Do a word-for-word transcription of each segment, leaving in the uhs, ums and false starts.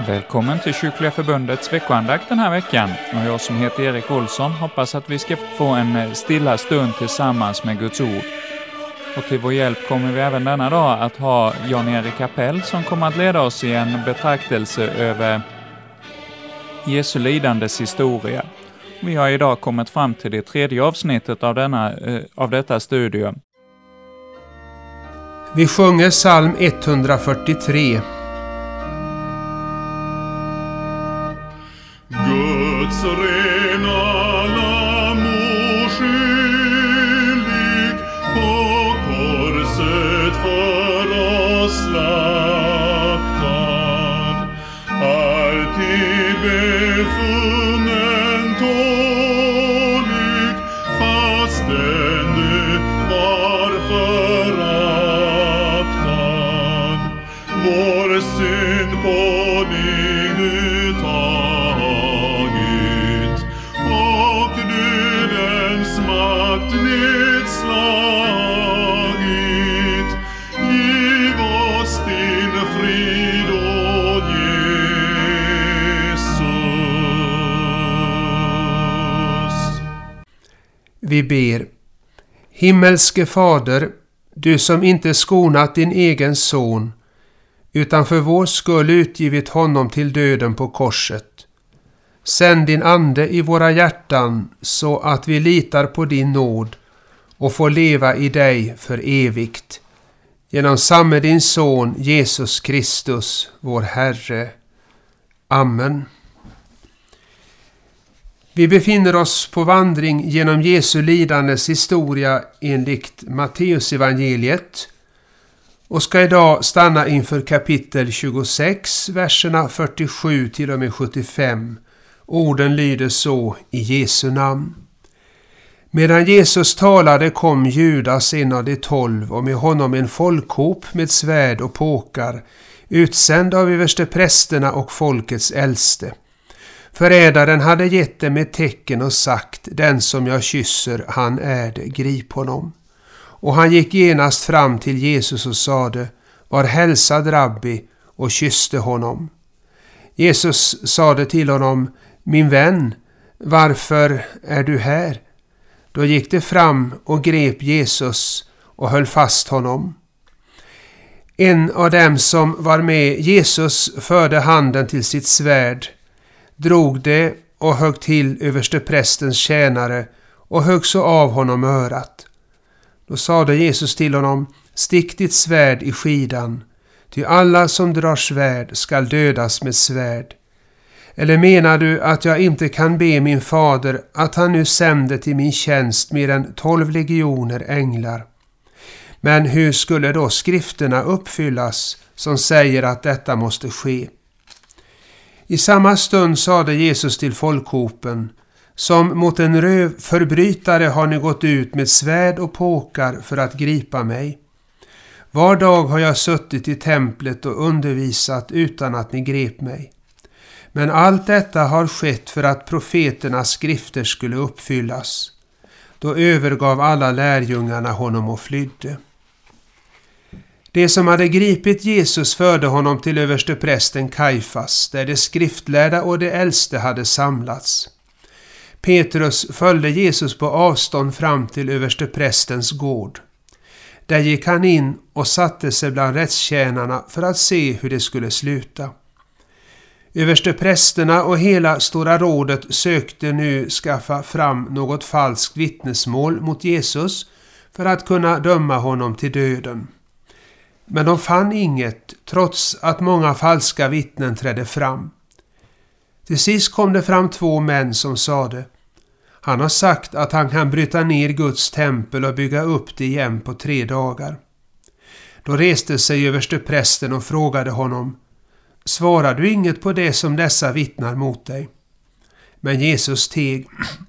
Välkommen till Kyrkliga förbundets veckoandakt den här veckan. Och jag som heter Erik Olsson hoppas att vi ska få en stilla stund tillsammans med Guds ord. Och till vår hjälp kommer vi även denna dag att ha Jan-Erik Kapell som kommer att leda oss i en betraktelse över Jesu lidandes historia. Vi har idag kommit fram till det tredje avsnittet av, denna, av detta studie. Vi sjunger psalm etthundrafyrtiotre. Guds rena lamm oskyldig på korset för oss slaktad, alltid befunnen tålig, fastän du var föraktad. Vår synd på dig nu tagit, och dödens makt nedslagit. Giv oss din frid, o Jesus. Vi ber. Himmelske Fader, du som inte skonat din egen son, utan för vår skull utgivit honom till döden på korset. Sänd din ande i våra hjärtan så att vi litar på din nåd och får leva i dig för evigt. Genom samme din son Jesus Kristus, vår Herre. Amen. Vi befinner oss på vandring genom Jesu lidandes historia enligt Matteusevangeliet och ska idag stanna inför kapitel tjugosex, verserna fyrtiosju till och med sjuttiofem. Orden lyder så i Jesu namn. Medan Jesus talade kom Judas, en av de tolv, och med honom en folkhop med svärd och påkar, utsänd av översteprästerna och folkets äldste. Förrädaren hade gett dem ett tecken och sagt: den som jag kysser, han är det, grip honom. Och han gick genast fram till Jesus och sade: var hälsad, rabbi, och kysste honom. Jesus sade till honom: min vän, varför är du här? Då gick det fram och grep Jesus och höll fast honom. En av dem som var med Jesus förde handen till sitt svärd, drog det och högg till översteprästens tjänare och högg så av honom örat. Då sade Jesus till honom: stick ditt svärd i skidan, ty alla som drar svärd skall dödas med svärd. Eller menar du att jag inte kan be min fader att han nu sände till min tjänst mer än tolv legioner änglar? Men hur skulle då skrifterna uppfyllas som säger att detta måste ske? I samma stund sade Jesus till folkhopen: som mot en röv förbrytare har ni gått ut med svärd och påkar för att gripa mig. Var dag har jag suttit i templet och undervisat utan att ni grep mig. Men allt detta har skett för att profeternas skrifter skulle uppfyllas. Då övergav alla lärjungarna honom och flydde. Det som hade gripit Jesus förde honom till översteprästen Kajfas, där de skriftlärda och de äldste hade samlats. Petrus följde Jesus på avstånd fram till översteprästens gård. Där gick han in och satte sig bland rättstjänarna för att se hur det skulle sluta. Översteprästerna och hela stora rådet sökte nu skaffa fram något falskt vittnesmål mot Jesus för att kunna döma honom till döden. Men de fann inget, trots att många falska vittnen trädde fram. Till sist kom det fram två män som sade: han har sagt att han kan bryta ner Guds tempel och bygga upp det igen på tre dagar. Då reste sig översteprästen och frågade honom: svarar du inget på det som dessa vittnar mot dig? Men Jesus teg.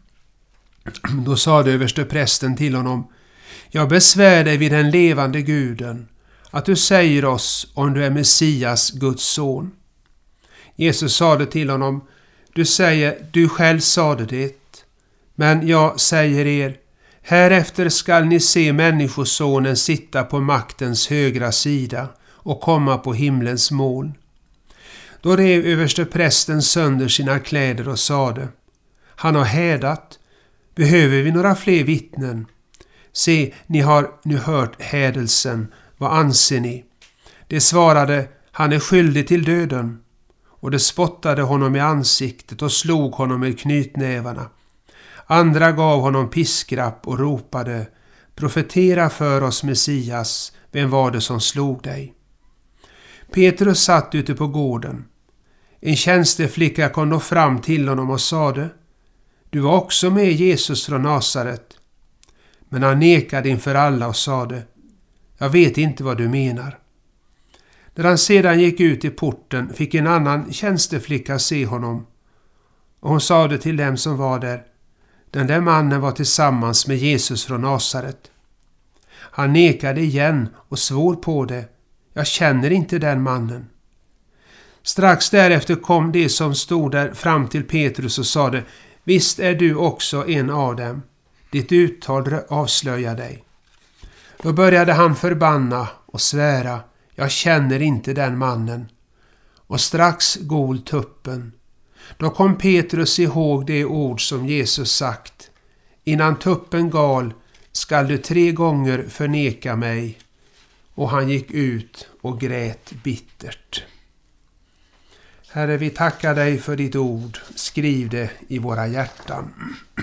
Då sade översteprästen till honom: jag besvär dig vid den levande Guden, att du säger oss om du är Messias, Guds son. Jesus sade till honom: du säger, du själv sade det. Men jag säger er, härefter skall ni se människosonen sitta på maktens högra sida och komma på himlens moln. Då rev översteprästen sönder sina kläder och sade: han har hädat. Behöver vi några fler vittnen? Se, ni har nu hört hädelsen. Vad anser ni? De svarade: han är skyldig till döden. Och de spottade honom i ansiktet och slog honom med knytnävarna. Andra gav honom piskrapp och ropade: profetera för oss, Messias, vem var det som slog dig? Petrus satt ute på gården. En tjänsteflicka kom då fram till honom och sade: du var också med Jesus från Nasaret. Men han nekade inför alla och sade: jag vet inte vad du menar. När han sedan gick ut i porten fick en annan tjänsteflicka se honom. Och hon sade till dem som var där: den där mannen var tillsammans med Jesus från Nasaret. Han nekade igen och svor på det: jag känner inte den mannen. Strax därefter kom de som stod där fram till Petrus och sade: visst är du också en av dem. Ditt uttal avslöjar dig. Då började han förbanna och svära: jag känner inte den mannen. Och strax gol tuppen. Då kom Petrus ihåg det ord som Jesus sagt: innan tuppen gal skall du tre gånger förneka mig. Och han gick ut och grät bittert. Herre, vi tackar dig för ditt ord. Skriv det i våra hjärtan.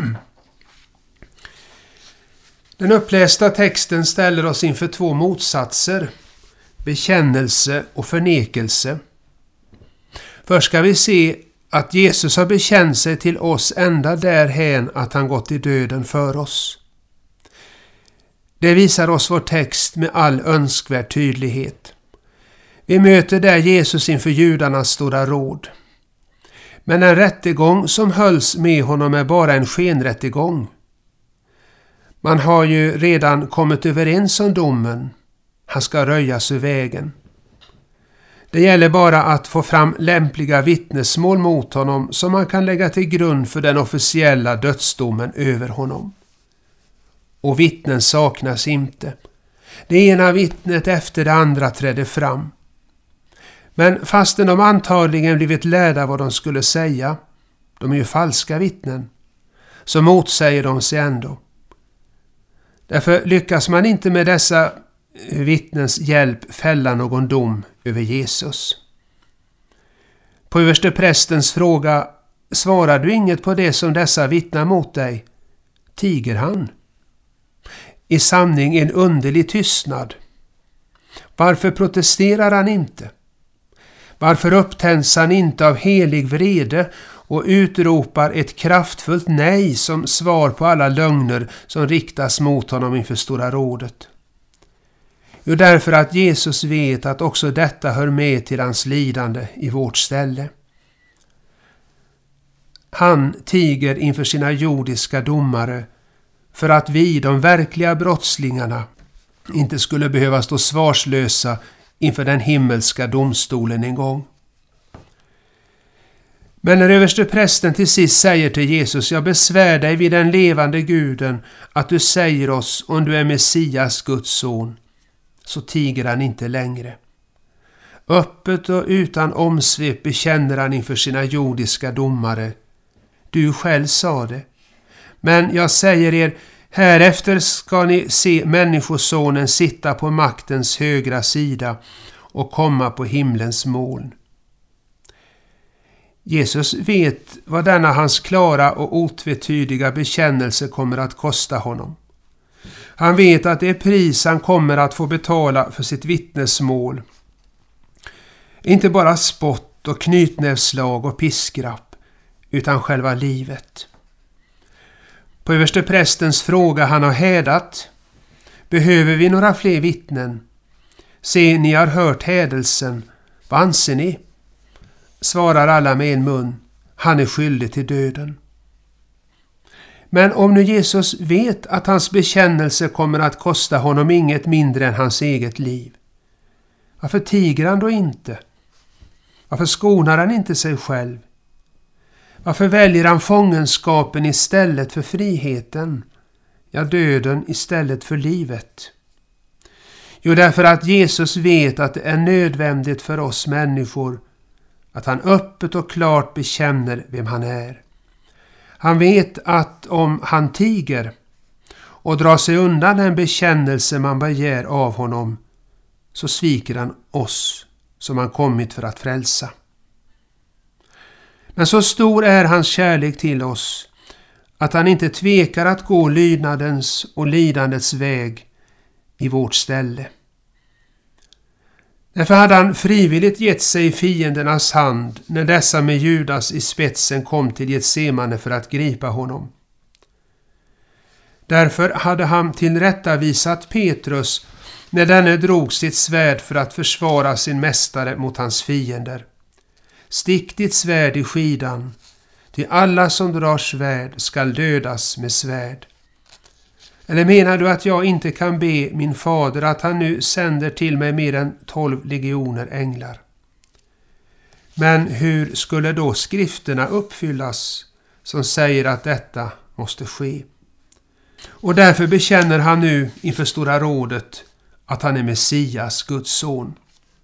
Den upplästa texten ställer oss inför två motsatser: bekännelse och förnekelse. Först ska vi se att Jesus har bekänt sig till oss ända därhän att han gått i döden för oss. Det visar oss vår text med all önskvärd tydlighet. Vi möter där Jesus inför judarnas stora råd. Men en rättegång som hölls med honom är bara en skenrättegång. Man har ju redan kommit överens om domen. Han ska röjas ur vägen. Det gäller bara att få fram lämpliga vittnesmål mot honom som man kan lägga till grund för den officiella dödsdomen över honom. Och vittnen saknas inte. Det ena vittnet efter det andra trädde fram. Men fastän de antagligen blivit lärda vad de skulle säga, de är ju falska vittnen, så motsäger de sig ändå. Därför lyckas man inte med dessa vittnens hjälp fälla någon dom över Jesus. På översteprästens fråga: svarar du inget på det som dessa vittnar mot dig? Tiger han. I sanning en underlig tystnad. Varför protesterar han inte? Varför upptänds han inte av helig vrede och utropar ett kraftfullt nej som svar på alla lögner som riktas mot honom inför Stora rådet? Jo, därför att Jesus vet att också detta hör med till hans lidande i vårt ställe. Han tiger inför sina jordiska domare för att vi, de verkliga brottslingarna, inte skulle behöva stå svarslösa inför den himmelska domstolen en gång. Men när översteprästen till sist säger till Jesus: jag besvär dig vid den levande guden att du säger oss om du är Messias, Guds son, så tiger han inte längre. Öppet och utan omsvep bekänner han inför sina jordiska domare: du själv sa det. Men jag säger er, härefter ska ni se människosonen sitta på maktens högra sida och komma på himlens moln. Jesus vet vad denna hans klara och otvetydiga bekännelse kommer att kosta honom. Han vet att det är pris han kommer att få betala för sitt vittnesmål. Inte bara spott och knytnävslag och piskrapp, utan själva livet. På översteprästens fråga han har hädat: behöver vi några fler vittnen? Se, ni har hört hädelsen. Vad anser ni? Svarar alla med en mun: han är skyldig till döden. Men om nu Jesus vet att hans bekännelse kommer att kosta honom inget mindre än hans eget liv, varför tiger han då inte? Varför skonar han inte sig själv? Varför väljer han fångenskapen istället för friheten? Ja, döden istället för livet. Jo, därför att Jesus vet att det är nödvändigt för oss människor att han öppet och klart bekänner vem han är. Han vet att om han tiger och drar sig undan den bekännelse man begär av honom, så sviker han oss som han kommit för att frälsa. Men så stor är hans kärlek till oss att han inte tvekar att gå lydnadens och lidandets väg i vårt ställe. Därför hade han frivilligt gett sig i fiendernas hand när dessa med Judas i spetsen kom till Getsemane för att gripa honom. Därför hade han tillrättavisat Petrus när denne drog sitt svärd för att försvara sin mästare mot hans fiender. Stick ditt svärd i skidan, till alla som drar svärd skall dödas med svärd. Eller menar du att jag inte kan be min fader att han nu sänder till mig mer än tolv legioner änglar? Men hur skulle då skrifterna uppfyllas som säger att detta måste ske? Och därför bekänner han nu inför Stora rådet att han är Messias, Guds son.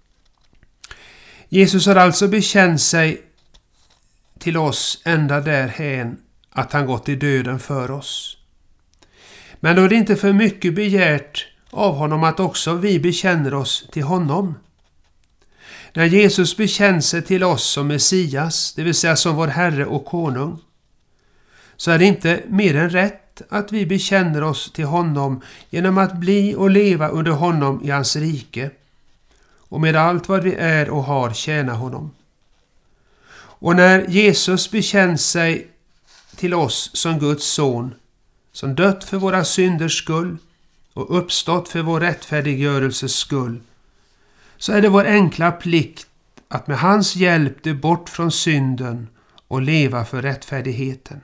Jesus har alltså bekänt sig till oss ända därhän att han gått i döden för oss. Men då är det inte för mycket begärt av honom att också vi bekänner oss till honom. När Jesus bekänner sig till oss som Messias, det vill säga som vår Herre och Konung, så är det inte mer än rätt att vi bekänner oss till honom genom att bli och leva under honom i hans rike och med allt vad vi är och har tjäna honom. Och när Jesus bekänner sig till oss som Guds son, som dött för våra synders skull och uppstått för vår rättfärdiggörelses skull, så är det vår enkla plikt att med hans hjälp dö bort från synden och leva för rättfärdigheten.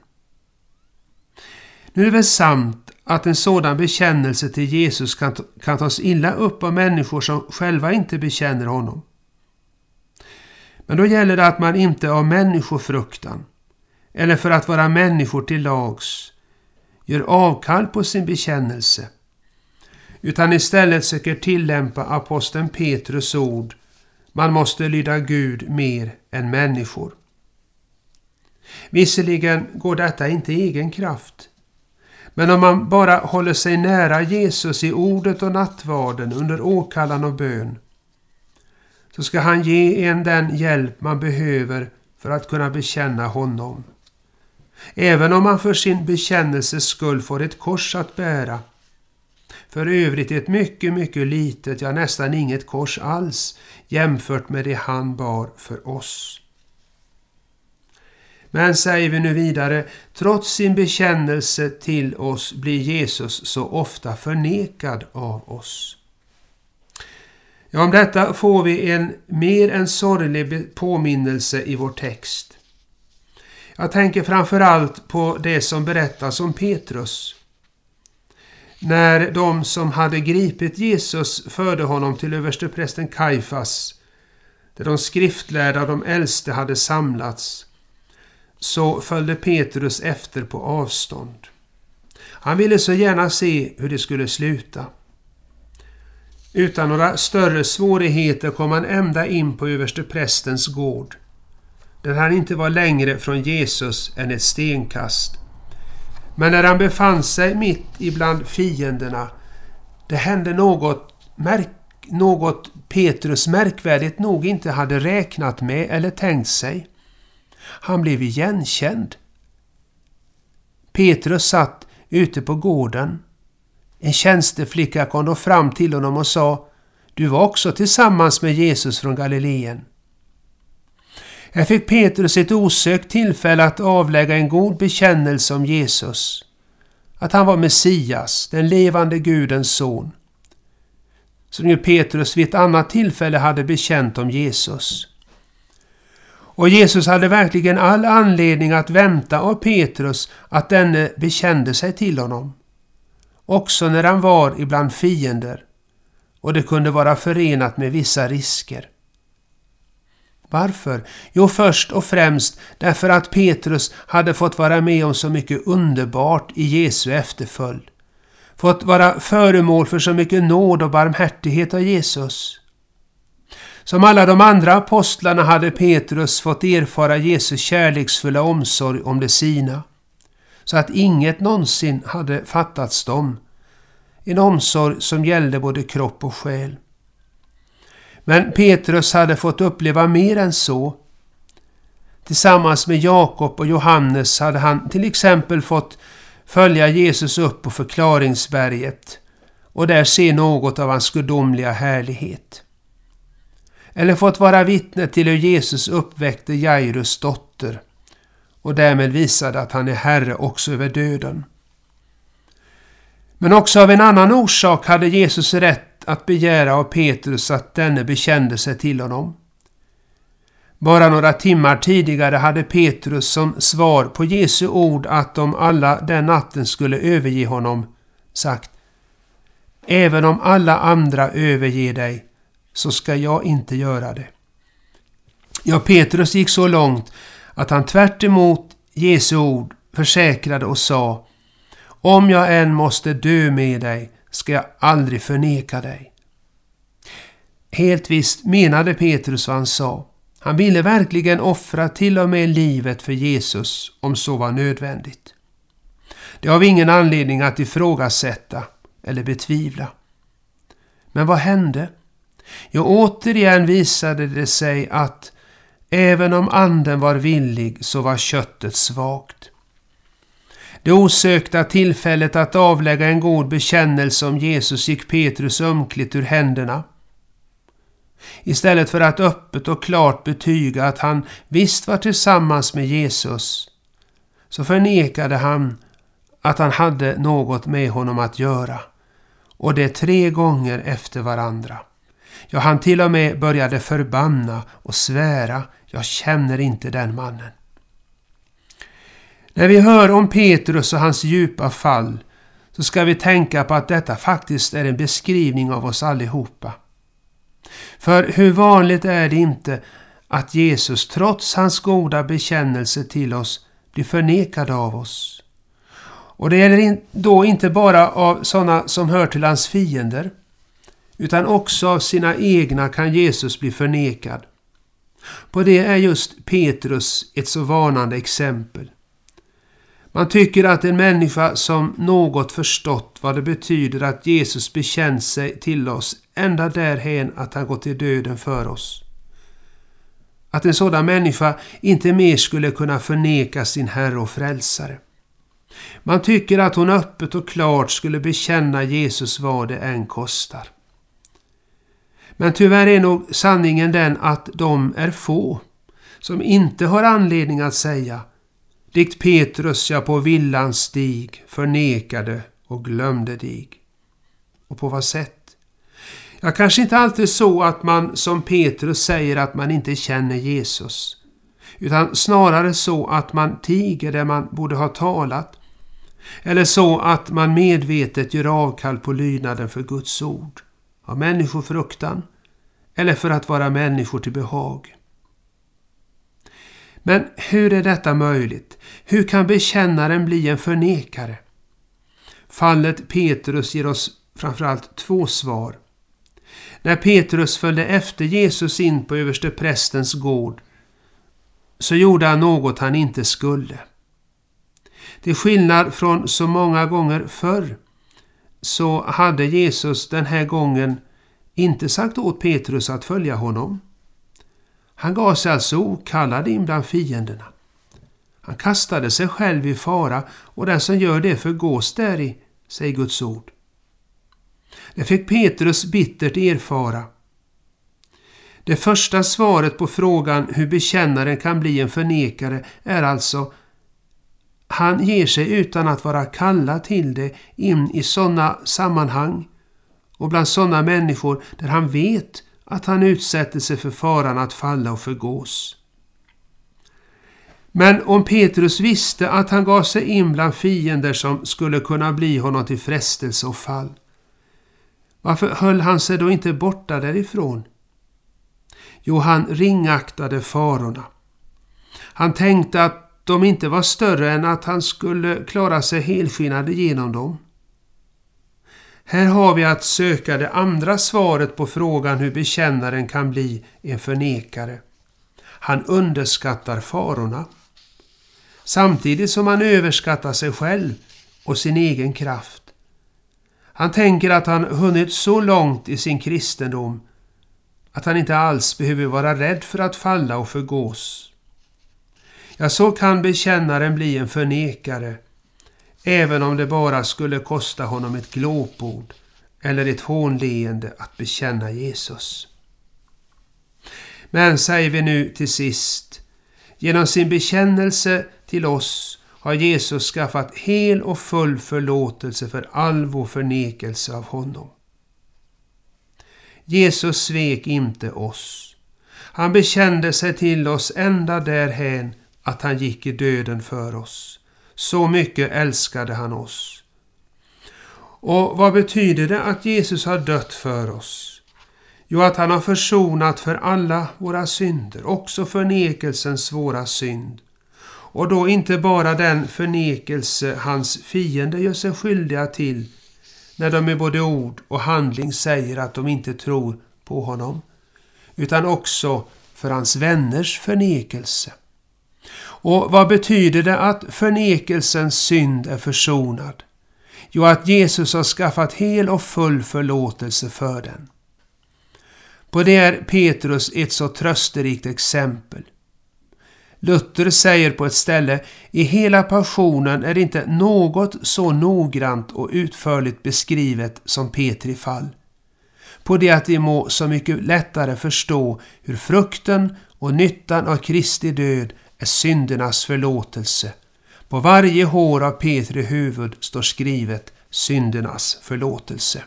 Nu är det väl sant att en sådan bekännelse till Jesus kan, kan tas illa upp av människor som själva inte bekänner honom. Men då gäller det att man inte av människofruktan eller för att vara människor till lags gör avkall på sin bekännelse, utan istället söker tillämpa aposteln Petrus ord: man måste lyda Gud mer än människor. Visserligen går detta inte i egen kraft, men om man bara håller sig nära Jesus i ordet och nattvarden under åkallan och bön, så ska han ge en den hjälp man behöver för att kunna bekänna honom. Även om man för sin bekännelses skull får ett kors att bära, för övrigt ett mycket, mycket litet, ja nästan inget kors alls jämfört med det han bar för oss. Men säger vi nu vidare, trots sin bekännelse till oss blir Jesus så ofta förnekad av oss. Ja, om detta får vi en mer än sorglig påminnelse i vår text. Jag tänker framförallt på det som berättas om Petrus. När de som hade gripit Jesus förde honom till översteprästen Kajfas, där de skriftlärda och de äldste hade samlats, så följde Petrus efter på avstånd. Han ville så gärna se hur det skulle sluta. Utan några större svårigheter kom han ända in på översteprästens gård, där han inte var längre från Jesus än ett stenkast. Men när han befann sig mitt ibland fienderna, det hände något, märk- något Petrus märkvärdigt nog inte hade räknat med eller tänkt sig. Han blev igenkänd. Petrus satt ute på gården. En tjänsteflicka kom då fram till honom och sa: du var också tillsammans med Jesus från Galileen. Här fick Petrus ett osökt tillfälle att avlägga en god bekännelse om Jesus, att han var Messias, den levande Gudens son, som ju Petrus vid ett annat tillfälle hade bekänt om Jesus. Och Jesus hade verkligen all anledning att vänta av Petrus att denne bekände sig till honom, också när han var ibland fiender, och det kunde vara förenat med vissa risker. Varför? Jo, först och främst därför att Petrus hade fått vara med om så mycket underbart i Jesu efterföljd. Fått vara föremål för så mycket nåd och barmhärtighet av Jesus. Som alla de andra apostlarna hade Petrus fått erfara Jesu kärleksfulla omsorg om de sina, så att inget någonsin hade fattats dem. En omsorg som gällde både kropp och själ. Men Petrus hade fått uppleva mer än så. Tillsammans med Jakob och Johannes hade han till exempel fått följa Jesus upp på förklaringsberget och där se något av hans gudomliga härlighet. Eller fått vara vittne till hur Jesus uppväckte Jairus dotter och därmed visade att han är herre också över döden. Men också av en annan orsak hade Jesus rätt att begära av Petrus att denne bekände sig till honom. Bara några timmar tidigare hade Petrus som svar på Jesu ord att de alla den natten skulle överge honom sagt: även om alla andra överger dig så ska jag inte göra det. Ja, Petrus gick så långt att han tvärt emot Jesu ord försäkrade och sa: om jag än måste dö med dig ska jag aldrig förneka dig. Helt visst menade Petrus vad han sa. Han ville verkligen offra till och med livet för Jesus om så var nödvändigt. Det har vi ingen anledning att ifrågasätta eller betvivla. Men vad hände? Jo, återigen visade det sig att även om anden var villig så var köttet svagt. Det osökta tillfället att avlägga en god bekännelse om Jesus gick Petrus ömkligt ur händerna. Istället för att öppet och klart betyga att han visst var tillsammans med Jesus, så förnekade han att han hade något med honom att göra. Och det tre gånger efter varandra. Ja, han till och med började förbanna och svära: jag känner inte den mannen. När vi hör om Petrus och hans djupa fall så ska vi tänka på att detta faktiskt är en beskrivning av oss allihopa. För hur vanligt är det inte att Jesus trots hans goda bekännelse till oss blir förnekad av oss. Och det gäller då inte bara av sådana som hör till hans fiender, utan också av sina egna kan Jesus bli förnekad. På det är just Petrus ett så varnande exempel. Man tycker att en människa som något förstått vad det betyder att Jesus bekänt sig till oss ända därhän att han gått till döden för oss. Att en sådan människa inte mer skulle kunna förneka sin Herre och frälsare. Man tycker att hon öppet och klart skulle bekänna Jesus vad det än kostar. Men tyvärr är nog sanningen den att de är få som inte har anledning att säga: likt Petrus jag på villans stig förnekade och glömde dig. Och på vad sätt? Ja, kanske inte alltid så att man som Petrus säger att man inte känner Jesus, utan snarare så att man tiger där man borde ha talat, eller så att man medvetet gör avkall på lydnaden för Guds ord, av människofruktan eller för att vara människor till behag. Men hur är detta möjligt? Hur kan bekännaren bli en förnekare? Fallet Petrus ger oss framförallt två svar. När Petrus följde efter Jesus in på översteprästens gård så gjorde han något han inte skulle. Till skillnad från så många gånger förr så hade Jesus den här gången inte sagt åt Petrus att följa honom. Han gav sig alltså okallad in bland fienderna. Han kastade sig själv i fara, och den som gör det förgås däri, säger Guds ord. Det fick Petrus bittert erfara. Det första svaret på frågan hur bekännaren kan bli en förnekare är alltså: han ger sig utan att vara kallad till det in i sådana sammanhang och bland sådana människor där han vet att han utsätter sig för faran att falla och förgås. Men om Petrus visste att han gav sig in bland fiender som skulle kunna bli honom till frestelse och fall, varför höll han sig då inte borta därifrån? Jo, han ringaktade farorna. Han tänkte att de inte var större än att han skulle klara sig helskinnad genom dem. Här har vi att söka det andra svaret på frågan hur bekännaren kan bli en förnekare. Han underskattar farorna, samtidigt som han överskattar sig själv och sin egen kraft. Han tänker att han hunnit så långt i sin kristendom att han inte alls behöver vara rädd för att falla och förgås. Ja, så kan bekännaren bli en förnekare, även om det bara skulle kosta honom ett glåpord eller ett hånleende att bekänna Jesus. Men säger vi nu till sist, genom sin bekännelse till oss har Jesus skaffat hel och full förlåtelse för all vår förnekelse av honom. Jesus svek inte oss. Han bekände sig till oss ända därhän att han gick i döden för oss. Så mycket älskade han oss. Och vad betyder det att Jesus har dött för oss? Jo, att han har försonat för alla våra synder, också förnekelsens svåra synd. Och då inte bara den förnekelse hans fiender gör sig skyldiga till, när de med både ord och handling säger att de inte tror på honom, utan också för hans vänners förnekelse. Och vad betyder det att förnekelsens synd är försonad? Jo, att Jesus har skaffat hel och full förlåtelse för den. På det är Petrus ett så trösterikt exempel. Luther säger på ett ställe, i hela passionen är det inte något så noggrant och utförligt beskrivet som Petri fall. På det att vi må så mycket lättare förstå hur frukten och nyttan av Kristi död är syndernas förlåtelse. På varje hår av Petri huvud står skrivet syndernas förlåtelse.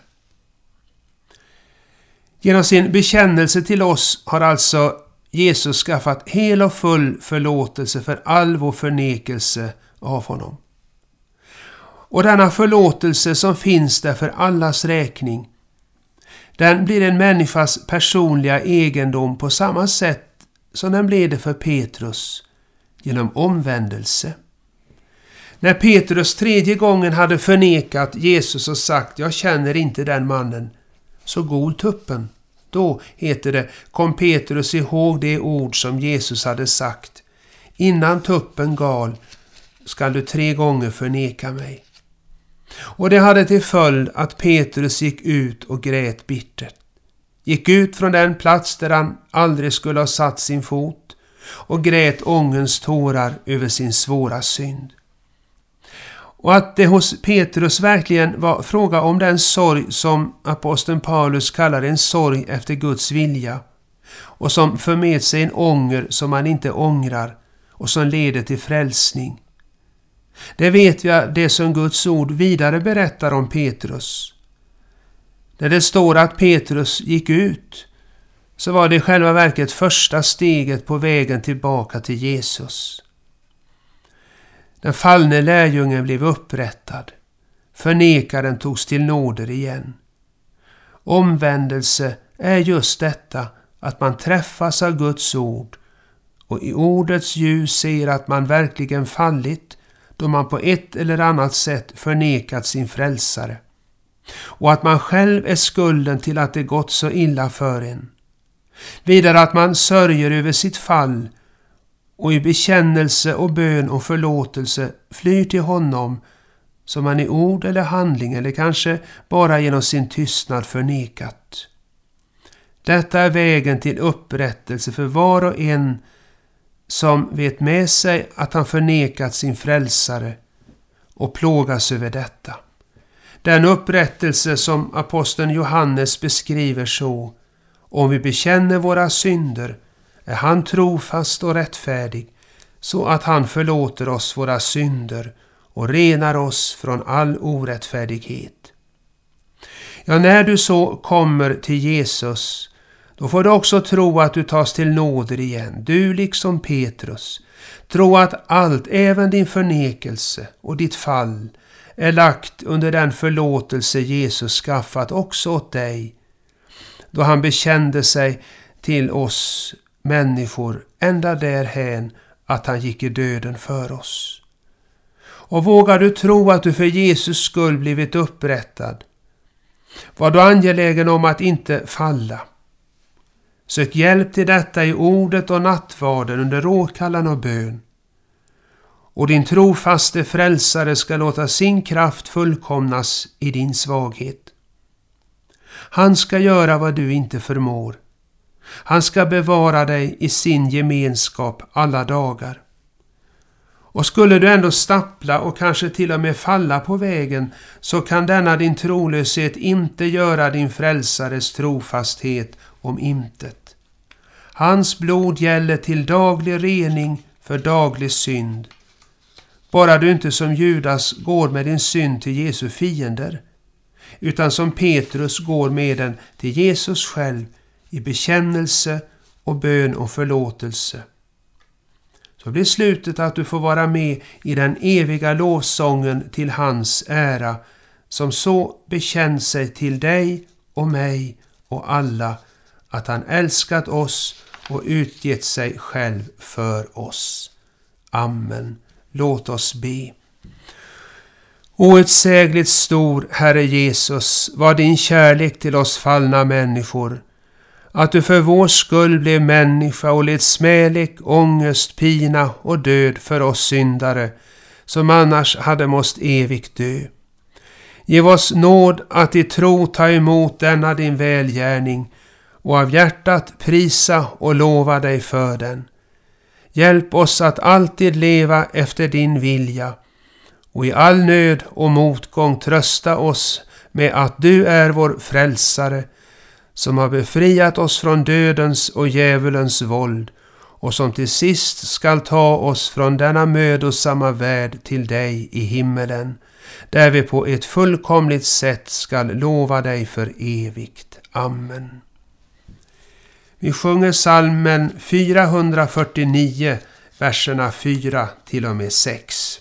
Genom sin bekännelse till oss har alltså Jesus skaffat hel och full förlåtelse för all vår förnekelse av honom. Och denna förlåtelse som finns där för allas räkning, den blir en människas personliga egendom på samma sätt som den blev det för Petrus, genom omvändelse. När Petrus tredje gången hade förnekat Jesus och sagt, jag känner inte den mannen, så gol tuppen. Då, heter det, kom Petrus ihåg det ord som Jesus hade sagt. Innan tuppen gal skall du tre gånger förneka mig. Och det hade till följd att Petrus gick ut och grät bittert. Gick ut från den plats där han aldrig skulle ha satt sin fot och grät ångens tårar över sin svåra synd. Och att det hos Petrus verkligen var fråga om den sorg som aposteln Paulus kallar en sorg efter Guds vilja, och som för med sig en ånger som man inte ångrar och som leder till frälsning. Det vet vi det som Guds ord vidare berättar om Petrus. När det står att Petrus gick ut, så var det i själva verket första steget på vägen tillbaka till Jesus. Den fallne lärjungen blev upprättad. Förnekaren togs till nåder igen. Omvändelse är just detta, att man träffas av Guds ord och i ordets ljus ser att man verkligen fallit, då man på ett eller annat sätt förnekat sin frälsare, och att man själv är skulden till att det gått så illa för en. Vidare att man sörjer över sitt fall och i bekännelse och bön och förlåtelse flyr till honom som man i ord eller handling eller kanske bara genom sin tystnad förnekat. Detta är vägen till upprättelse för var och en som vet med sig att han förnekat sin frälsare och plågas över detta. Den upprättelse som aposteln Johannes beskriver så: om vi bekänner våra synder är han trofast och rättfärdig, så att han förlåter oss våra synder och renar oss från all orättfärdighet. Ja, när du så kommer till Jesus, då får du också tro att du tas till nåder igen. Du liksom Petrus. Tro att allt, även din förnekelse och ditt fall, är lagt under den förlåtelse Jesus skaffat också åt dig, då han bekände sig till oss människor ända därhän att han gick i döden för oss. Och vågar du tro att du för Jesus skull blivit upprättad, Var du angelägen om att inte falla. Sök hjälp till detta i ordet och nattvarden under råkallan och bön. Och din trofaste frälsare ska låta sin kraft fullkomnas i din svaghet. Han ska göra vad du inte förmår. Han ska bevara dig i sin gemenskap alla dagar. Och skulle du ändå stappla och kanske till och med falla på vägen, så kan denna din trolöshet inte göra din frälsares trofasthet om intet. Hans blod gäller till daglig rening för daglig synd. Bara du inte som Judas går med din synd till Jesu fiender, utan som Petrus går med den till Jesus själv i bekännelse och bön och förlåtelse. Så blir slutet att du får vara med i den eviga lovsången till hans ära, som så bekänner sig till dig och mig och alla, att han älskat oss och utgett sig själv för oss. Amen. Låt oss be. Outsägligt stor, Herre Jesus, var din kärlek till oss fallna människor, att du för vår skull blev människa och led smälek, ångest, pina och död för oss syndare, som annars hade måst evigt dö. Giv oss nåd att i tro ta emot denna din välgärning och av hjärtat prisa och lova dig för den. Hjälp oss att alltid leva efter din vilja och i all nöd och motgång trösta oss med att du är vår frälsare, som har befriat oss från dödens och djävulens våld och som till sist skall ta oss från denna mödosamma värld till dig i himmelen, där vi på ett fullkomligt sätt skall lova dig för evigt. Amen. Vi sjunger psalmen fyrahundrafyrtionio, verserna fyra till och med sex.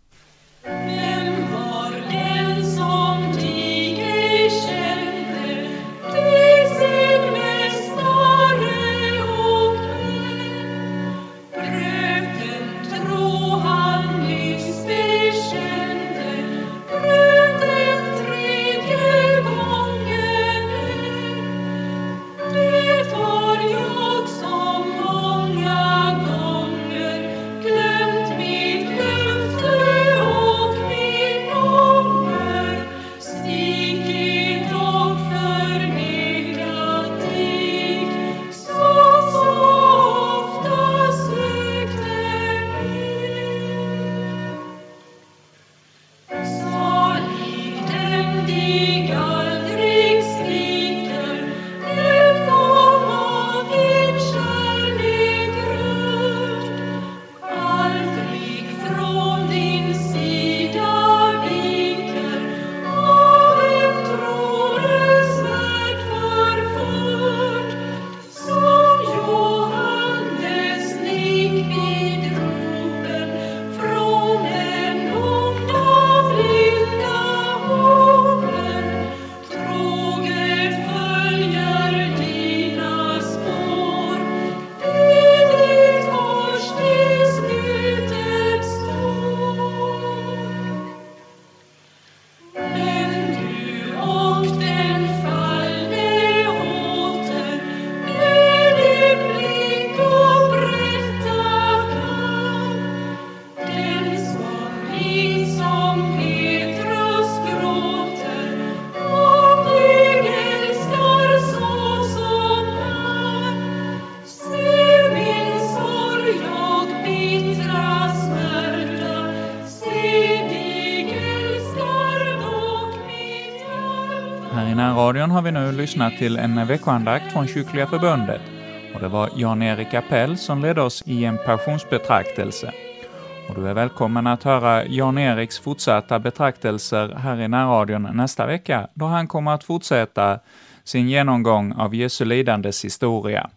Radion har vi nu lyssnat till en veckoandakt från Kyrkliga förbundet, och det var Jan-Erik Appell som ledde oss i en passionsbetraktelse. Och du är välkommen att höra Jan-Eriks fortsatta betraktelser här i närradion nästa vecka, då han kommer att fortsätta sin genomgång av Jesu lidandes historia.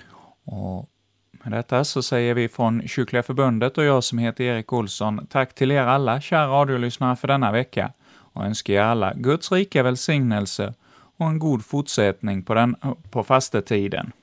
Och med detta så säger vi från Kyrkliga förbundet och jag som heter Erik Olsson tack till er alla kära radiolyssnare för denna vecka, och önskar er alla Guds rika välsignelse och en god fortsättning på, den, på fastetiden.